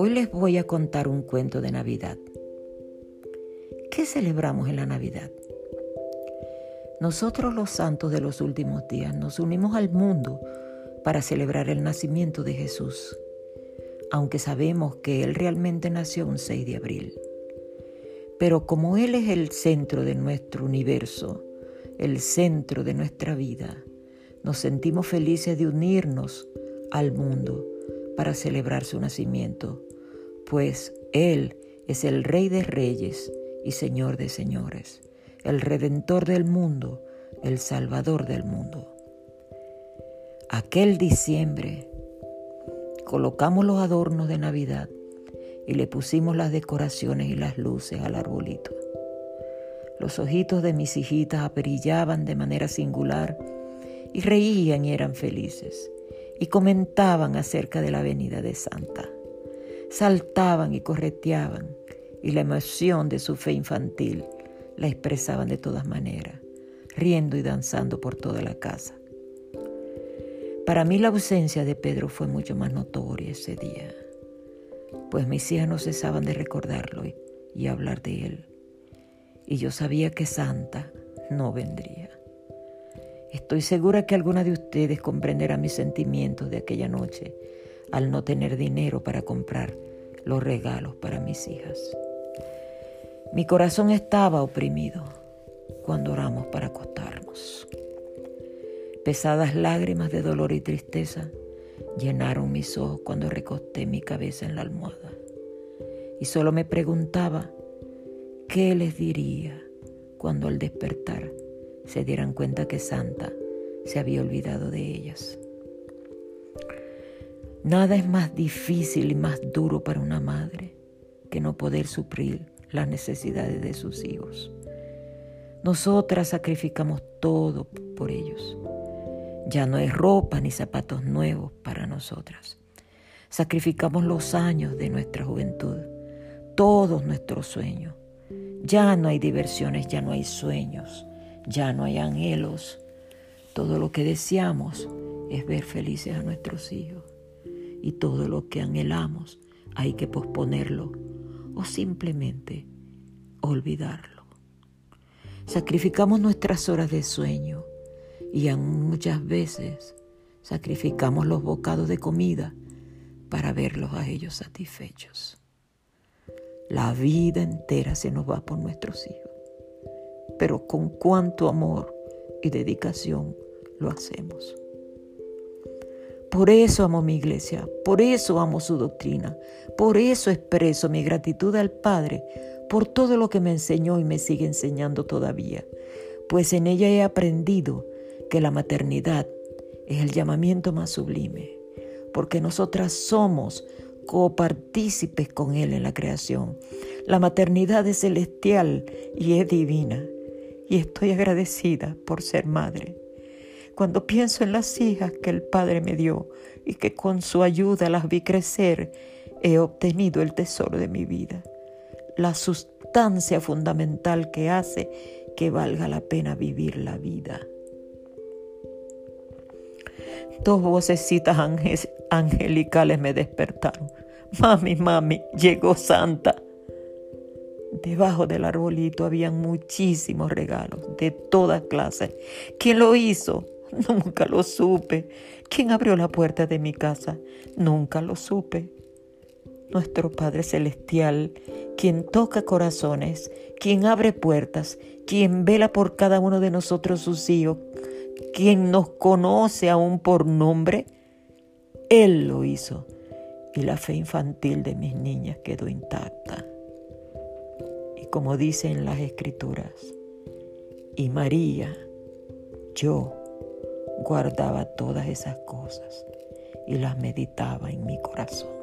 Hoy les voy a contar un cuento de Navidad. ¿Qué celebramos en la Navidad? Nosotros los santos de los últimos días nos unimos al mundo para celebrar el nacimiento de Jesús, aunque sabemos que Él realmente nació un 6 de abril. Pero como Él es el centro de nuestro universo, el centro de nuestra vida, nos sentimos felices de unirnos al mundo para celebrar su nacimiento, pues Él es el Rey de Reyes y Señor de Señores, el Redentor del mundo, el Salvador del mundo. Aquel diciembre colocamos los adornos de Navidad y le pusimos las decoraciones y las luces al arbolito. Los ojitos de mis hijitas brillaban de manera singular y reían y eran felices y comentaban acerca de la venida de Santa. Saltaban y correteaban y la emoción de su fe infantil la expresaban de todas maneras, riendo y danzando por toda la casa. Para mí la ausencia de Pedro fue mucho más notoria ese día, pues mis hijas no cesaban de recordarlo y hablar de él. Y yo sabía que Santa no vendría. Estoy segura que alguna de ustedes comprenderá mis sentimientos de aquella noche al no tener dinero para comprar los regalos para mis hijas. Mi corazón estaba oprimido cuando oramos para acostarnos. Pesadas lágrimas de dolor y tristeza llenaron mis ojos cuando recosté mi cabeza en la almohada. Y solo me preguntaba qué les diría cuando al despertar se dieran cuenta que Santa se había olvidado de ellas. Nada es más difícil y más duro para una madre que no poder suplir las necesidades de sus hijos. Nosotras sacrificamos todo por ellos. Ya no hay ropa ni zapatos nuevos para nosotras. Sacrificamos los años de nuestra juventud, todos nuestros sueños. Ya no hay diversiones, ya no hay sueños, ya no hay anhelos. Todo lo que deseamos es ver felices a nuestros hijos. Y todo lo que anhelamos hay que posponerlo o simplemente olvidarlo. Sacrificamos nuestras horas de sueño y muchas veces sacrificamos los bocados de comida para verlos a ellos satisfechos. La vida entera se nos va por nuestros hijos, pero con cuánto amor y dedicación lo hacemos. Por eso amo mi iglesia, por eso amo su doctrina, por eso expreso mi gratitud al Padre por todo lo que me enseñó y me sigue enseñando todavía, pues en ella he aprendido que la maternidad es el llamamiento más sublime, porque nosotras somos copartícipes con Él en la creación. La maternidad es celestial y es divina, y estoy agradecida por ser madre. Cuando pienso en las hijas que el Padre me dio y que con su ayuda las vi crecer, he obtenido el tesoro de mi vida, la sustancia fundamental que hace que valga la pena vivir la vida. Dos vocecitas angelicales me despertaron. Mami, mami, llegó Santa. Debajo del arbolito habían muchísimos regalos de todas clases. ¿Quién lo hizo? Nunca lo supe. ¿Quién abrió la puerta de mi casa? Nunca lo supe. Nuestro Padre Celestial, quien toca corazones, quien abre puertas, quien vela por cada uno de nosotros sus hijos, quien nos conoce aún por nombre, Él lo hizo. Y la fe infantil de mis niñas quedó intacta. Y como dicen las Escrituras, y María, yo guardaba todas esas cosas y las meditaba en mi corazón.